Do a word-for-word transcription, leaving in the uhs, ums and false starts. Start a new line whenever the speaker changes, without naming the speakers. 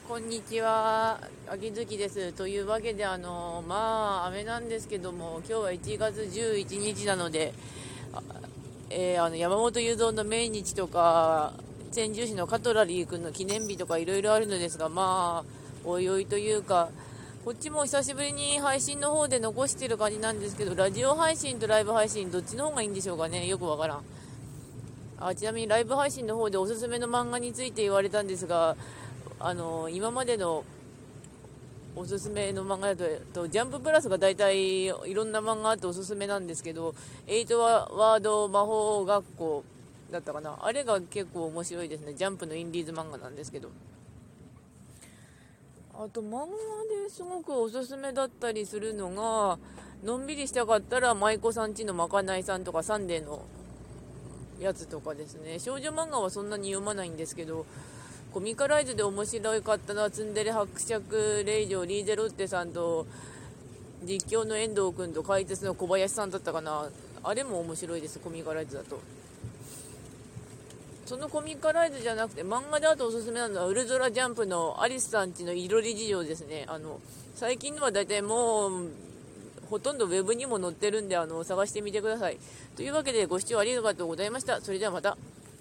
こんにちは、秋月です。というわけで、あのまあ雨なんですけども、今日はいちがつじゅういちにちなので、あえーあの山本雄三の命日とか、千住市のカトラリー君の記念日とかいろいろあるのですが、まあおいおいというか、こっちも久しぶりに配信の方で残してる感じなんですけど、ラジオ配信とライブ配信どっちの方がいいんでしょうかね。よくわからん。あちなみにライブ配信の方でおすすめの漫画について言われたんですが、あの今までのおすすめの漫画だと、ジャンププラスが大体いろんな漫画あっておすすめなんですけど、エイトワード魔法学校だったかな、あれが結構面白いですね。ジャンプのインディーズ漫画なんですけど、あと漫画ですごくおすすめだったりするのが、のんびりしたかったら舞妓さんちのまかないさんとかサンデーのやつとかですね。少女漫画はそんなに読まないんですけど、コミカライズで面白かったのはツンデレ伯爵令嬢リーゼロッテさんと実況の遠藤君と解説の小林さんだったかな。あれも面白いです。コミカライズだと。そのコミカライズじゃなくて漫画であとおすすめなのはウルトラジャンプのアリスさんちのいろり事情ですね。あの最近のは大体もうほとんどウェブにも載ってるんで、あの探してみてください。というわけでご視聴ありがとうございました。それではまた。